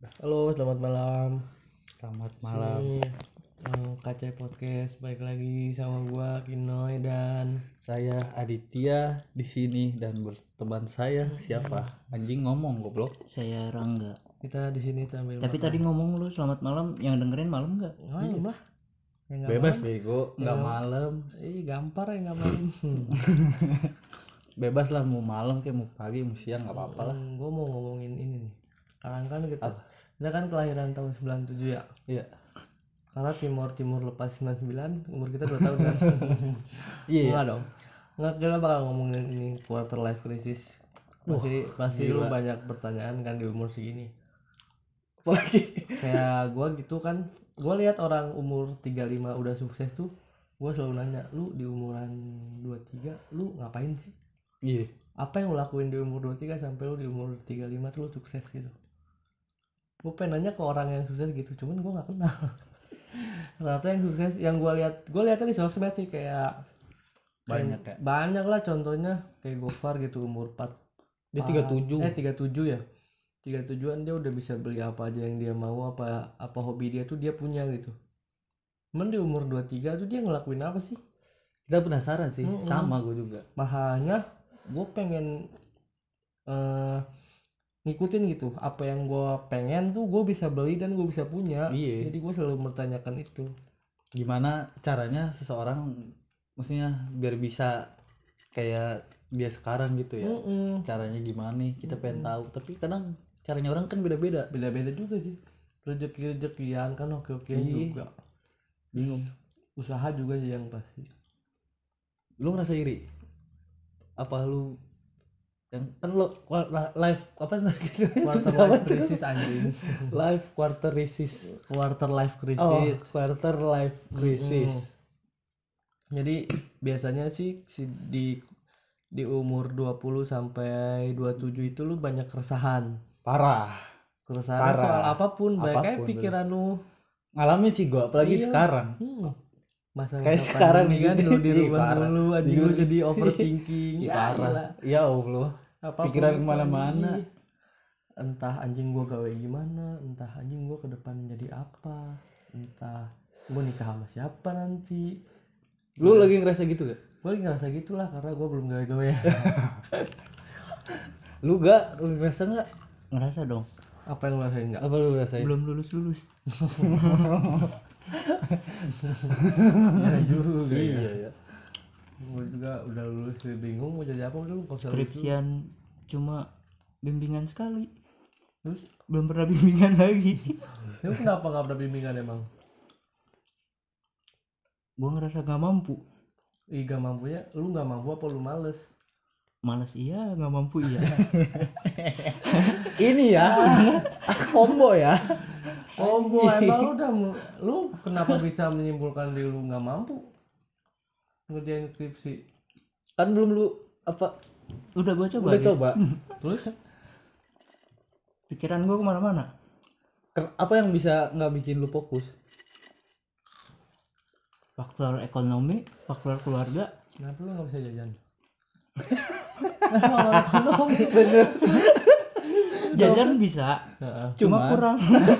Halo, selamat malam. Selamat malam. Sini KC Podcast balik lagi sama gua Kinoy dan Saya Aditya di sini dan berteman saya siapa? Anjing ngomong goblok. Saya Rangga. kita di sini sambil Tapi makan. tadi ngomong lu selamat malam, yang dengerin malam nggak? Malam lah. Ya, nggak Bebas malam. bego, nggak Ya, malam. Gampar ya nggak malam. Bebas lah mau malam kayak mau pagi mau siang nggak apa-apa lah. Gua mau ngomongin ini nih. Sekarang kan kita kan kelahiran tahun 97 ya. Iya. Karena Timur lepas 99, umur kita 2 tahun kan. Iya. Enggak dong. Enggak, kita bakal ngomongin ini quarter life crisis. Pasti lu gila. banyak pertanyaan kan di umur segini. Apalagi Kayak gua gitu kan, gua lihat orang umur 35 udah sukses tuh, gua selalu nanya, lu di umuran 23 lu ngapain sih? iya. Apa yang lu lakuin di umur 23 sampai lu di umur 35 tuh lu sukses gitu? Gue pengen nanya ke orang yang sukses gitu, cuman gua nggak kenal. Rata yang sukses yang gua lihatnya di sosmed sih kayak Banyak ya. banyak lah, contohnya kayak Gofar gitu umur 4 Dia 37. 37 ya. 37-an dia udah bisa beli apa aja yang dia mau, apa hobi dia tuh dia punya gitu. Cuman di umur 23 tuh dia ngelakuin apa sih? Kita penasaran sih, sama gue juga. Makanya gue pengen ngikutin gitu. Apa yang gue pengen tuh gue bisa beli dan gue bisa punya. Iya. Jadi gue selalu mempertanyakan itu. Gimana caranya seseorang maksudnya biar bisa kayak dia sekarang gitu ya. Caranya gimana nih kita pengen tahu, tapi kadang caranya orang kan beda-beda. Beda-beda juga sih. Rezeki-rezekian kan oke-okean Iya. juga. Bingung. Usaha juga sih yang pasti. Lu ngerasa iri? Apa lu yang kan lo live apa gitu Quarter life crisis anjing. live quarter crisis. Quarter life Oh, crisis. quarter life crisis. Jadi biasanya sih di umur 20 sampai 27 itu lu banyak keresahan. Parah. Keresahan soal apapun, baik kayak Apapun, pikiran lu. Ngalamin sih gua apalagi Iya. sekarang. Masa Kayak sekarang ini kan gitu. lu di Ih, rumah parah. dulu anjing, lu Jujur. jadi overthinking. Ih, Ya, parah. gila. Ya Allah. Apapun Pikiran itu, kemana-mana. anjing. Entah anjing gua gawe gimana, entah anjing gua ke depan jadi apa, entah gua nikah sama siapa nanti. Lu lagi ngerasa gitu gak? Gue lagi ngerasa gitulah karena gue belum gawe-gawe. Lu ngerasa gak? Ngerasa dong. Apa yang lo rasain nggak? Apa lu rasain? Belum lulus. Ya juga Iya ya. ya. Gue juga udah lulus, bingung mau jadi apa, udah nggak usah lulus dulu. Skripsian cuma bimbingan sekali. Terus Belum pernah bimbingan lagi. lu kenapa nggak pernah bimbingan emang? Gua ngerasa nggak mampu. Gak mampu ya? Lu nggak mampu apa lu males? Males iya, nggak mampu iya. Ini ya. Combo ya. Combo emang lu kenapa bisa menyimpulkan diri lu nggak mampu ngerjain skripsi? Kan belum lu apa Udah gua coba. udah gitu. coba. Terus Pikiran gua kemana-mana. Apa yang bisa nggak bikin lu fokus? Faktor ekonomi, faktor keluarga. kenapa lu nggak bisa jajan? Faktor ekonomi. Bener. Jajan bisa, Heeh. cuma kurang.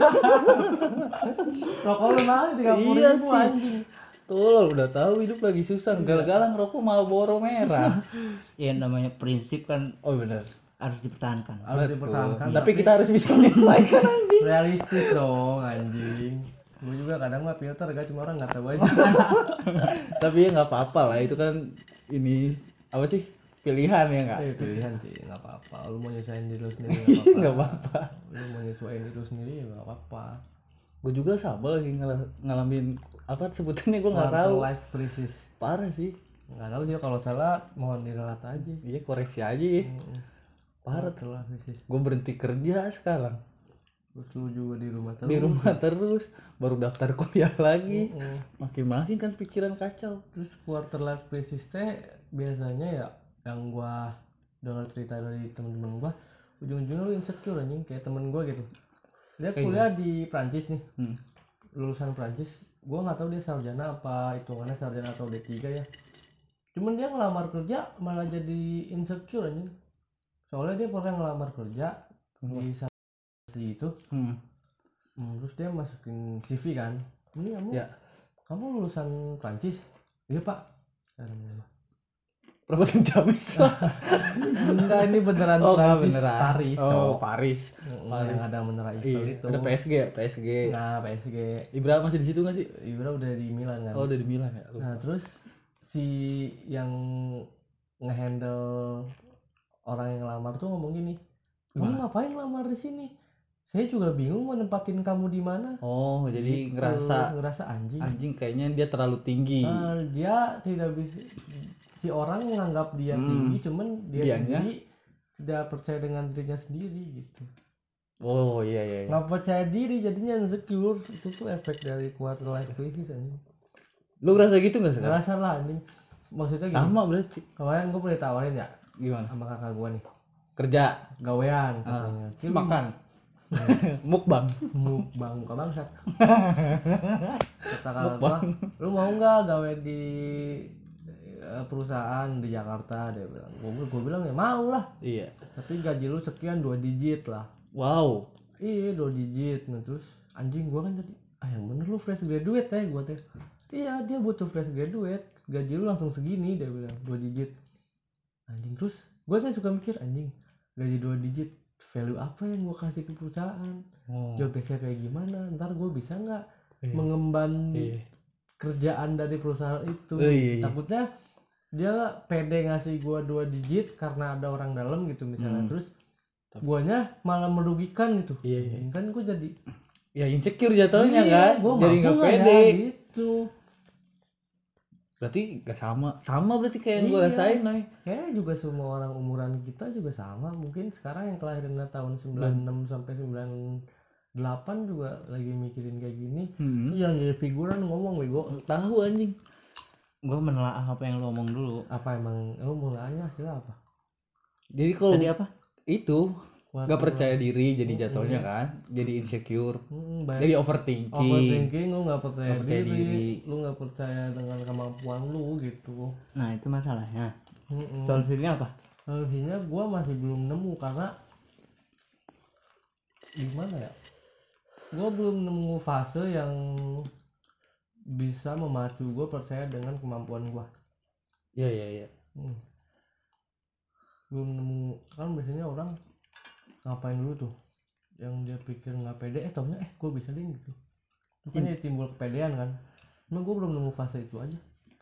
Rokok lu mahal 30.000 Iya sih. anjing. Tuh lo udah tahu hidup lagi susah. Gal-galang rokok Marlboro merah. Ya namanya prinsip kan Oh bener. harus dipertahankan. Harus Betul. dipertahankan. Tapi kita harus bisa menyelesaikan anjing. realistis dong anjing. Gue juga kadang mah filter gak, cuma orang nggak tahu aja. Tapi ya nggak apa-apa lah. Itu kan ini apa sih pilihan ya nggak? Pilihan sih, nggak apa-apa. Lu mau nyesuaiin diri lu sendiri Nggak apa-apa. Lu mau nyesuaiin diri lu sendiri ya nggak apa-apa. Gue juga sama lagi ngalamin apa sebutannya gue nggak Quarter tahu. life crisis. Parah sih. Nggak tahu sih, kalau salah mohon diralat aja. Iya koreksi aja ya. Parah. Quarter life crisis. Gue berhenti kerja sekarang. Terus lu juga di rumah terus. Di rumah terus. Baru daftar kuliah lagi. Heeh. Makin-makin kan pikiran kacau. Terus quarter life crisis teh biasanya ya yang gua dengar cerita dari temen-temen gua, ujung-ujungnya lu insecure anjing, kayak temen gua gitu. Dia kuliah di Prancis nih. Lulusan Prancis, gua nggak tahu dia sarjana apa hitungannya sarjana atau D3 ya. Cuman dia ngelamar kerja malah jadi insecure anjing. Soalnya dia pernah ngelamar kerja di itu. Terus dia masukin CV kan, ini kamu Ya. kamu lulusan Prancis? Iya pak. Perawatan Jamis. Enggak, ini beneran Oh, enggak Prancis, beneran. Paris Oh, cowok. Paris. Yang ada Menara Eiffel Iya, itu. ada PSG ya, PSG. Nah PSG. Ibra masih di situ nggak sih? Ibra udah di Milan kan. Oh, udah di Milan ya. Lupa. Nah terus si yang ngehandle orang yang ngelamar tuh ngomong gini, kamu ngapain ngelamar di sini? Saya juga bingung mau nempatin kamu di mana. Oh, jadi Gitu, ngerasa anjing. kayaknya dia terlalu tinggi. Dia tidak bisa, si orang menganggap dia tinggi, cuman dia Dianya? sendiri tidak percaya dengan dirinya sendiri gitu. Oh, iya iya. Nggak percaya diri jadinya insecure. Itu tuh efek dari quarter life crisis anjing. Lu ngerasa gitu nggak sekarang? Ngerasa lah anjing. Maksudnya gini, Sama berarti. kemarin gue pernah tawarin ya Gimana? sama kakak gue nih, Kerja, gawean katanya. makan. Mukbang. Mukbang muka bangsat. Kata kakak gua, lu mau nggak gawe di perusahaan di Jakarta? Dia bilang. Gue bilang ya mau lah. Iya. Tapi gaji lu sekian 2 digit lah. Wow. Iya 2 digit. Nah terus anjing gue kan tadi, yang bener lu fresh graduate ya gue teh. Iya dia butuh fresh graduate. Gaji lu langsung segini dia bilang 2 digit. Anjing terus gue tuh suka mikir anjing gaji 2 digit. Value apa yang gue kasih ke perusahaan? Jobdesknya kayak gimana? Ntar gue bisa nggak mengemban kerjaan dari perusahaan itu? Takutnya dia pede ngasih gue 2 digit karena ada orang dalam gitu misalnya. Terus guanya malah merugikan gitu. Kan gue jadi ya insecure jatuhnya kan, jadi nggak pede ya, gitu. Berarti nggak sama berarti kayak yang gue rasain nih. Kayaknya juga semua orang umuran kita juga sama. Mungkin sekarang yang kelahiran tahun 96 sampai 98 juga lagi mikirin kayak gini. Yang jadi figuran ngomong bego. Tahu anjing. Gue menelaah apa yang lo omong dulu. Apa emang lu mulanya hasilnya apa? Jadi kalau Tadi apa? itu nggak percaya diri jadi jatuhnya kan, jadi insecure, jadi overthinking, lu nggak percaya diri, lu nggak percaya dengan kemampuan lu gitu. Nah itu masalahnya. Solusinya apa? Solusinya gua masih belum nemu karena gimana ya? Gua belum nemu fase yang bisa memacu gua percaya dengan kemampuan gua. Iya. Belum nemu, kan biasanya orang ngapain dulu tuh yang dia pikir nggak pede, taunya gue bisa deh gitu. Makanya timbul kepedean kan. Emang gue belum nemu fase itu aja.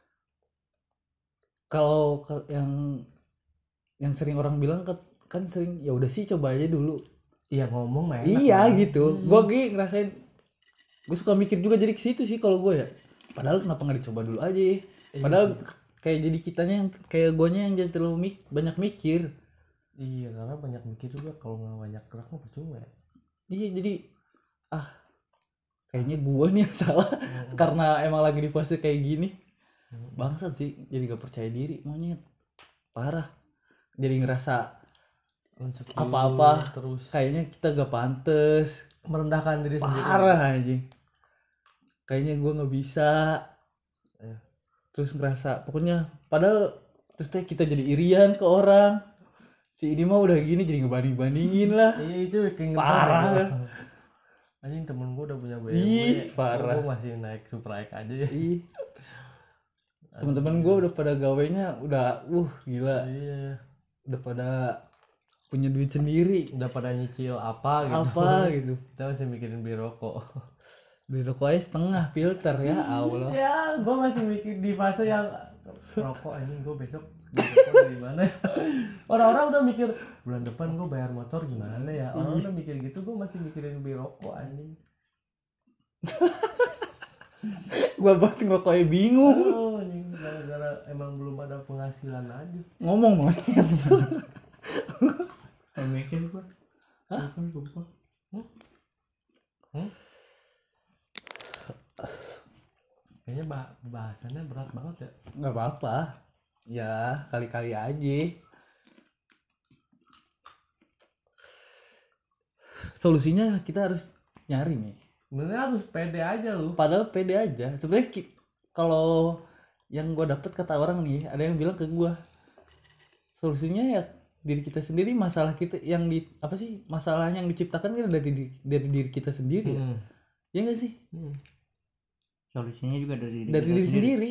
Kalau yang sering orang bilang kan sering ya udah sih coba aja dulu. Iya ngomong mah. Iya kan? Gitu. Gue ngerasain, gue suka mikir juga jadi ke situ sih kalau gue ya. Padahal kenapa nggak dicoba dulu aja? Padahal kayak jadi kitanya yang kayak guanya yang jadi terlalu banyak mikir. Iya karena banyak mikir juga, kalau nggak banyak gerak mah percuma ya. Iya jadi kayaknya gua nih yang salah karena emang lagi di fase kayak gini. Bangsat sih, jadi gak percaya diri monyet. Parah. Jadi ngerasa apa-apa terus kayaknya kita gak pantes, merendahkan diri sendiri. Parah aja. Kayaknya gua nggak bisa. Terus ngerasa pokoknya padahal terus kita jadi irian ke orang. Si ini mah udah gini jadi ngebanding-bandingin lah. Iya itu bikin parah. Anjing temen gue udah punya BMW. Parah. Gue masih naik Supra X aja ya. Teman-teman gue udah pada gawainya udah gila. Iya. Udah pada punya duit sendiri. Udah pada nyicil apa gitu. Gitu. Kita masih mikirin beli rokok. Beli rokok aja setengah filter ya Allah. Ya gue masih mikir di fase yang rokok anjing gue besok dari mana ya? Orang-orang udah mikir bulan depan gue bayar motor gimana ya, orang udah mikir gitu, gue masih mikirin beli rokok anjing. Gue bahkan rokoknya bingung. Anjing gara-gara emang belum ada penghasilan aja. Ngomong mau Mikir gue. Bukan lupa. Kayaknya bahasannya berat banget ya. Nggak apa-apa. Ya kali-kali aja. Solusinya kita harus nyari nih. Sebenarnya harus pede aja lu. Padahal pede aja. Sebenarnya kalau yang gue dapet kata orang nih, ada yang bilang ke gue, solusinya ya diri kita sendiri, masalah kita yang di apa sih, masalah yang diciptakan kan dari diri kita sendiri ya. Ya enggak sih? Solusinya juga dari diri sendiri.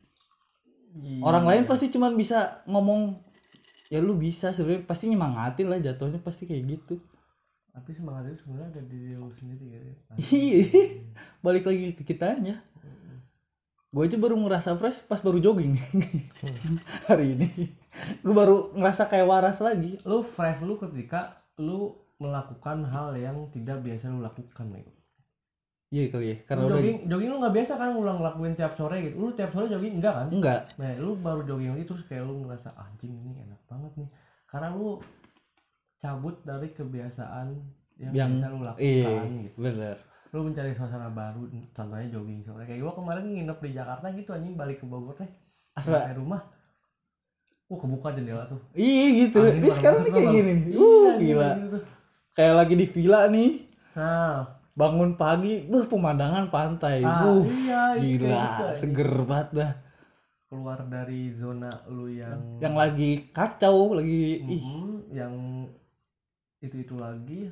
Orang lain pasti cuman bisa ngomong ya lu bisa, sebenarnya pasti nyemangatin lah, jatuhnya pasti kayak gitu. Tapi semangat itu sebenarnya ada di diri lu sendiri kan. Iya. Balik lagi ke kitanya. Gue aja baru ngerasa fresh pas baru jogging hari ini. Gue baru ngerasa kayak waras lagi. Lu fresh lu ketika lu melakukan hal yang tidak biasa lu lakukan, Mike. Iya kali ya, karena lu jogging lu nggak biasa kan ulang ngelakuin tiap sore gitu. Lu tiap sore jogging enggak kan? Enggak. Nah, lu baru jogging lagi terus kayak lu ngerasa anjing ini enak banget nih. Karena lu cabut dari kebiasaan yang biasa lu lakukan gitu. Bener. Lu mencari suasana baru, contohnya jogging sore. Kayak gua kemarin nginep di Jakarta gitu anjing, balik ke Bogor teh. Sampai rumah. Kebuka jendela tuh. Iya gitu. Ini sekarang nih kayak gini nih. Gila. Gitu. Kayak lagi di villa nih. Nah, bangun pagi, pemandangan pantai. Iya, gila, gitu, seger banget dah. Keluar dari zona lu yang lagi kacau, lagi yang itu lagi.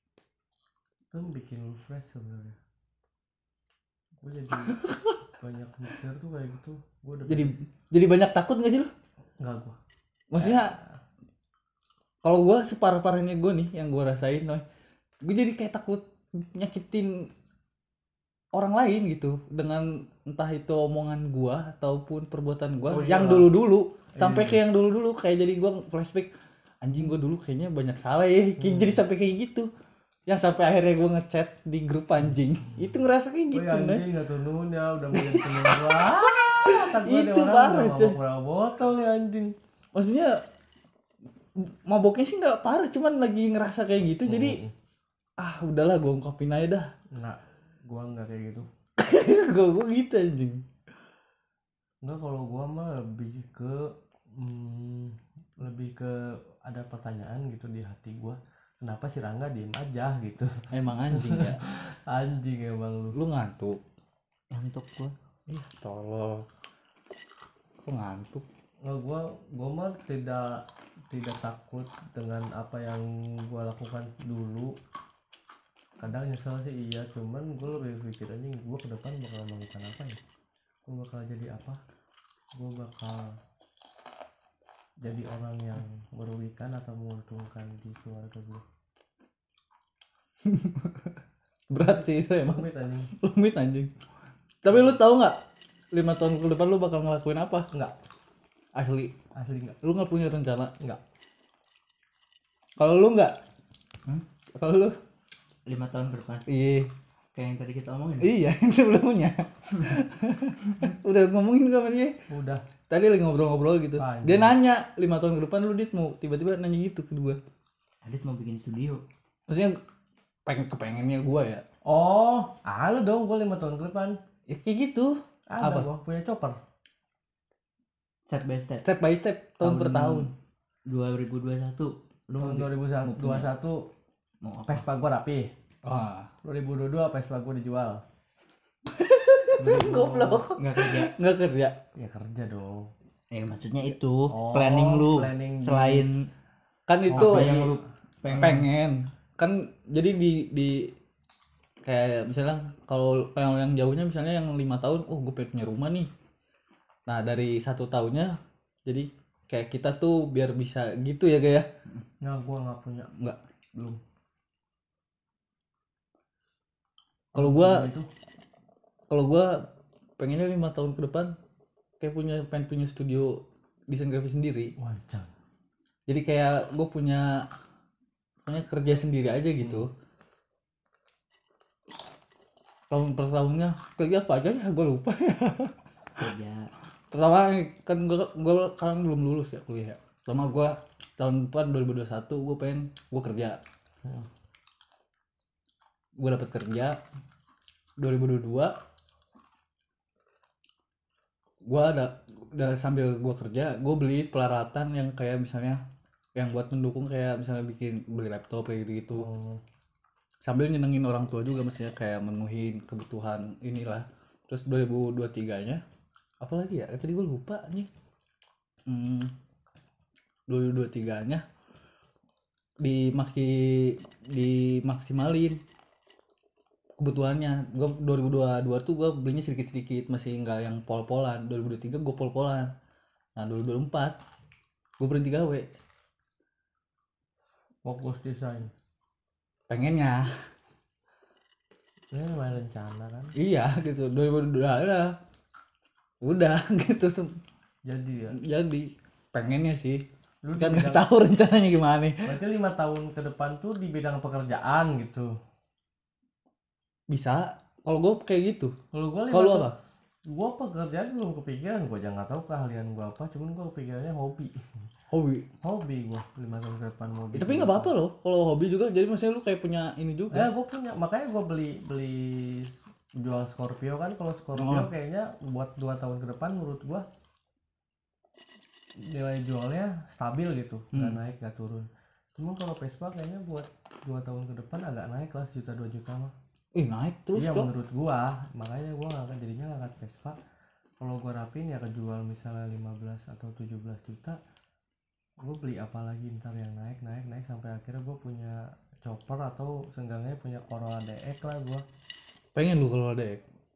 Itu bikin lu fresh sebenarnya. Gue jadi banyak mikir tuh kayak gitu. Gua udah jadi banyak takut nggak sih lu? Enggak gua. Maksudnya kalau gue separah-parahnya gue nih yang gue rasain, gue jadi kayak takut nyakitin orang lain gitu dengan entah itu omongan gue ataupun perbuatan gue yang dulu-dulu sampai ke yang dulu-dulu, kayak jadi gue flashback anjing gue dulu kayaknya banyak salah ya, jadi sampai kayak gitu. Yang sampai akhirnya gue ngechat di grup anjing. Itu ngerasa kayak gitu. Anjing gak turun ya, udah menjadi temen gue. Itu banget cuy. Berapa botol nih anjing. Maksudnya maboknya sih gak parah, cuman lagi ngerasa kayak gitu. Jadi udahlah gue ungkapin aja dah. Enggak, gue gak kayak gitu. Gue gitu anjing. Enggak, kalau gue mah lebih ke ada pertanyaan gitu di hati gue. Kenapa si Rangga diem aja gitu. Emang anjing ya. Anjing emang lu ngantuk. Ngantuk gua. Tolong. Kok ngantuk? Nggak, gua mah tidak takut dengan apa yang gua lakukan dulu. Kadang nyesel sih iya, cuman gua lebih pikir aja gua ke depan bakal melakukan apa ya. Gua bakal jadi apa? Gua bakal jadi orang yang merugikan atau menguntungkan di keluarga gue. Berat sih itu emang. Lumit anjing. Tapi lu tahu nggak 5 tahun ke depan lu bakal ngelakuin apa? Enggak. Asli enggak. Lu nggak punya rencana? Enggak. Kalau lu nggak? Kalau lu 5 tahun ke depan? Iya. Kayak yang tadi kita omongin. Iya, yang sebelumnya. Udah ngomongin gak sama dia? Udah. Tadi lagi ngobrol-ngobrol gitu. Panjang. Dia nanya 5 tahun ke depan lu Dit mau tiba-tiba nanya gitu ke gua. Adit mau bikin studio. Maksudnya kepengennya gua ya. Oh, ada dong gua 5 tahun ke depan. Ya kayak gitu. Ada gua punya chopper. Step by step. Step by step, tahun per tahun. 2021. Lu tahun 2021 mau Vespa gua rapi. 2022 Vespa gua dijual. Goblok. Nggak kerja. Ya kerja dong. Maksudnya itu planning lu. Selain kan itu yang lu pengen. Kan jadi di kayak misalnya kalau yang jauhnya misalnya yang 5 tahun, gue pengen punya rumah nih. Nah dari 1 tahunnya jadi kayak kita tuh biar bisa gitu ya gaya. Nggak, gue nggak punya. Nggak, belum. Kalau gue pengennya 5 tahun ke depan kayak pengen punya studio desain grafis sendiri. Wajar. Jadi kayak gue punya kerja sendiri aja gitu. Tahun per tahunnya kerja apa aja ya gue lupa ya. Kerja. Pertama kan gue sekarang belum lulus ya kuliah. Pertama gue tahun depan 2021 gue pengen gue kerja. Gue dapat kerja 2022. Gue udah sambil gue kerja gue beli peralatan yang kayak misalnya yang buat mendukung kayak misalnya beli laptop kayak gitu. Sambil nyenengin orang tua juga, maksudnya kayak menuhin kebutuhan inilah. Terus 2023 nya apa lagi ya tadi gue lupa nih. 2023 nya dimaksimalin kebutuhannya. Gue 2022 tuh gue belinya sedikit-sedikit, masih enggak yang pol-polan. 2023 gue pol-polan. Nah 2024 gue berhenti gawe, fokus desain. pengennya Ya lumayan rencana kan. iya gitu. 2022 udah gitu jadi pengennya sih. Lu kan nggak tahu rencananya gimana. Berarti 5 tahun ke depan tuh di bidang pekerjaan gitu. Bisa kalau gue kayak gitu. Kalau apa? Gue pekerjaan belum kepikiran, gue aja nggak tahu keahlian gue apa, cuman gue kepikirannya hobi gue 5 tahun ke depan hobi. Tapi nggak apa-apa loh kalau hobi juga, jadi maksudnya lu kayak punya ini juga. Gue punya, makanya gue beli jual Scorpio kan. Kalau Scorpio kayaknya buat 2 tahun ke depan menurut gue nilai jualnya stabil gitu, nggak naik nggak turun. Cuma kalau Vespa kayaknya buat 2 tahun ke depan agak naik lah, 1 juta 2 juta mah. Naik terus. Iya menurut gua, makanya gua jadinya ngangkat Vespa. Kalau gua rapin ya kejual misalnya 15 atau 17 juta, gua beli apa lagi ntar yang naik sampai akhirnya gua punya chopper atau seenggaknya punya Corolla DX lah gua. Pengen lu kalau DX?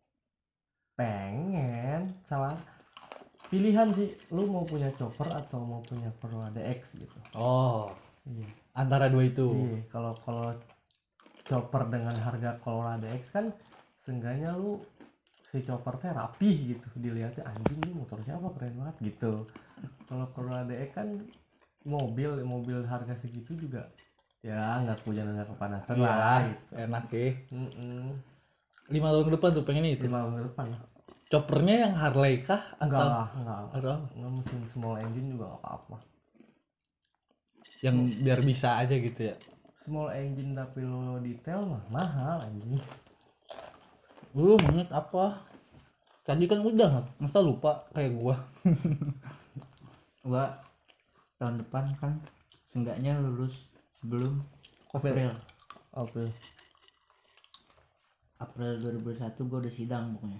Pengen, salah pilihan sih, lu mau punya chopper atau mau punya Corolla DX gitu. Iya. Antara dua itu. Iya, kalau chopper dengan harga Corolla DX kan seenggaknya lu si chopper teh rapih gitu, dilihatnya anjing ini motor siapa, keren banget gitu. Kalau Corolla DX kan mobil harga segitu juga ya nggak hujan nggak kepanasan lah gitu. Enak ya. 5 tahun ke depan tuh pengen itu. 5 tahun ke depan lah. Choppernya yang Harley kah? Enggak mesin small engine juga nggak apa-apa. Yang biar bisa aja gitu ya. Small engine tapi lo detail mah mahal anjing. Inget apa? Tadi kan udah, masa lupa kayak gua. Gua tahun depan kan seenggaknya lulus sebelum April 2021 gua udah sidang pokoknya.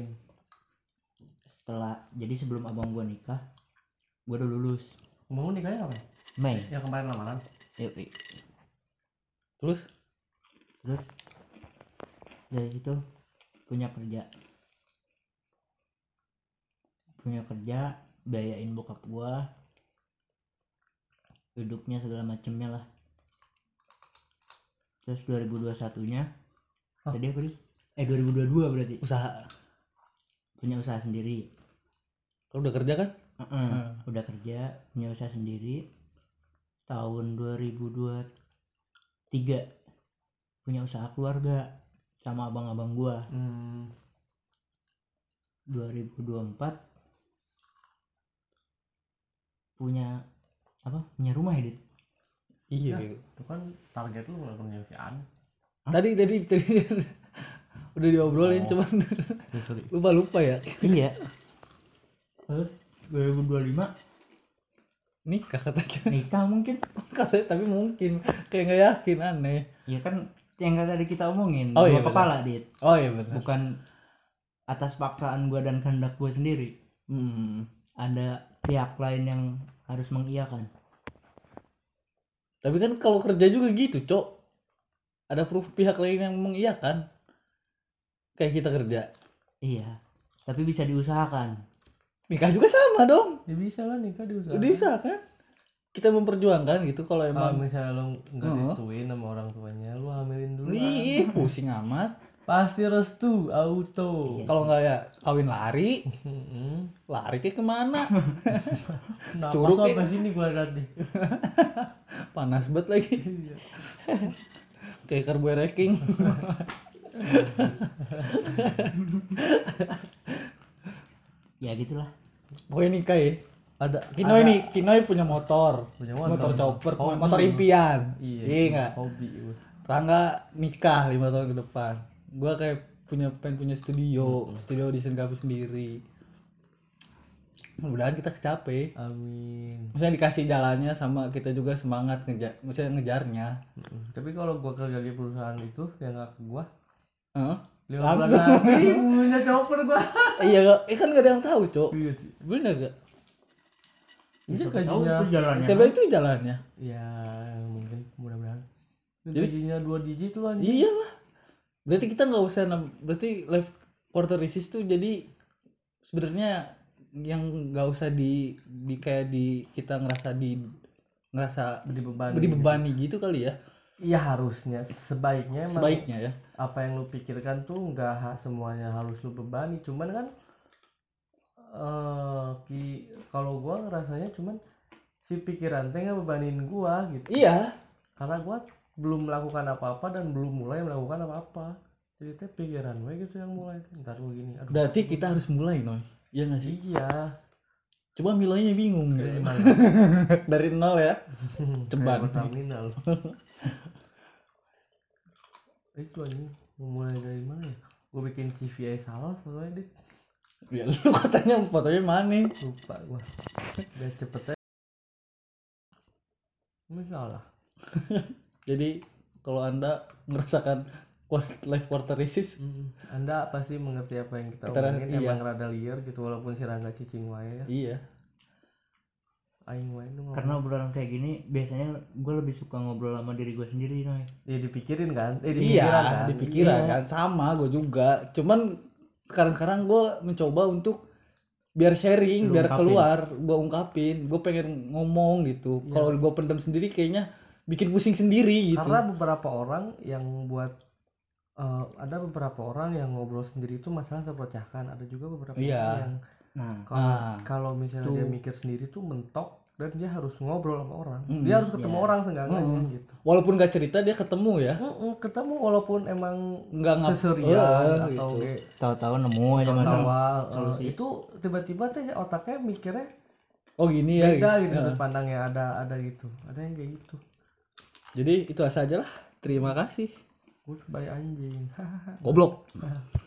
Jadi sebelum abang gua nikah, gua udah lulus. Mau nikahnya kapan? Mei. Yang kemarin lamaran. Yoi. Terus dari itu punya kerja, biayain bokap gua, hidupnya segala macemnya lah. Terus 2021-nya tadi apa sih? 2022 berarti punya usaha sendiri. Kalau udah kerja kan? Udah kerja, punya usaha sendiri. Tahun 2023 punya usaha keluarga sama abang-abang gua. 2024 punya rumah ya, Dit? Iya. Itu kan target lu nggak punya si An. Tadi udah diobrolin, cuman lupa ya. Iya. Terus 2025 nikah katanya. Nikah mungkin. Katanya, tapi mungkin kayak nggak yakin, aneh. Ya kan yang tadi kita omongin. Iya, kepala, Dit. Iya benar. Bukan atas paksaan gua dan kehendak gua sendiri. Ada pihak lain yang harus mengiyakan. Tapi kan kalau kerja juga gitu, Cok. Ada pihak lain yang mengiyakan. Kayak kita kerja. Iya. Tapi bisa diusahakan. Nikah juga sama dong. Ya bisa lah nikah diusahakan. Diusahakan. Kita memperjuangkan gitu kalau emang. Kalau misalnya lo nggak direstuin sama orang tuanya, lu hamilin dulu. Ih, pusing amat. Pasti restu auto. Kalau nggak ya kawin lari. Lari kayak kemana? Curug apa sini gua lihat nih. Panas banget lagi. Kayak carbo wrecking. Ya gitulah. Pokoknya nikah ya. Ada Kinoy punya motor chopper, motor impian. Iya enggak? Hobi. Rangga nikah 5 tahun ke depan. Gua kayak pengen punya studio desain grafis sendiri. Mudah-mudahan kita kecapai. Amin. Maksudnya dikasih jalannya sama kita juga semangat ngejarnya. Tapi kalau gua kerja di perusahaan itu yang nggak ke gua, 5 bulan langsung lagi punya chopper gua. Iya kan gak ada yang tahu, Cok. Iya sih. Bener gak? Itu Siapa tahu gajinya itu jalannya. Siapa itu jalannya? ya mungkin mudah-mudahan. Jadi- Gajinya 2 digit tuh anjing. Iya lah. Berarti kita nggak usah berarti live quarter crisis tuh jadi sebenarnya yang nggak usah di kayak di kita ngerasa dibebani gitu kali ya. Iya harusnya sebaiknya emang Sebaiknya ya. apa yang lu pikirkan tuh nggak semuanya harus lu bebani, cuman kan kalau gua ngerasanya cuman si pikiran teh ngebebanin gua gitu, Iya. karena gua belum melakukan apa-apa dan belum mulai melakukan apa-apa, jadi teh pikiran gue gitu yang mulai ntar lu gini. Aduh, Berarti kita harus mulai, Noy. Iya nggak sih? iya Coba milainya bingung dari ya. mana Dari nol ya. Ceban. Kayak terminal. Itu anjing mau mulai dari mana ya, gue bikin CV aja salah fotonya dit, Ya lu katanya fotonya mana? lupa gua biar cepet aja masalah. Jadi kalau Anda merasakan life quarter crisis, Anda pasti mengerti apa yang kita Kita- omongin. iya. Emang rada liar gitu walaupun si Rangga cicing wae ya. iya. Aing wae nu ngomong. Karena obrolan kayak gini biasanya gue lebih suka ngobrol sama diri gue sendiri, Noy. Ya dipikirin kan? Iya, Dipikiran kan? di pikiran Iya. kan sama gue juga. Cuman sekarang gue mencoba untuk biar sharing, Lu biar ungkapin. keluar, gue ungkapin, gue pengen ngomong gitu. Iya. Kalau gue pendam sendiri kayaknya bikin pusing sendiri gitu. Karena beberapa orang yang buat ada beberapa orang yang ngobrol sendiri itu masalah terpecahkan. Ada juga beberapa Iya. orang yang Nah, kalau misalnya dia Tuh. mikir sendiri tuh mentok dan dia harus ngobrol sama orang. Mm, Dia harus ketemu iya. orang seenggaknya gitu. Walaupun gak cerita dia ketemu ya. Ketemu walaupun emang Nggak seserian atau gitu. kayak tahu-tahu nemu aja masalah. tawa solusi. itu tiba-tiba teh otaknya mikirnya Oh gini ya. beda gitu Heeh. sudut pandangnya, ada gitu, ada yang kayak gitu. Jadi itu saja lah. Terima kasih. Goodbye anjing. Goblok.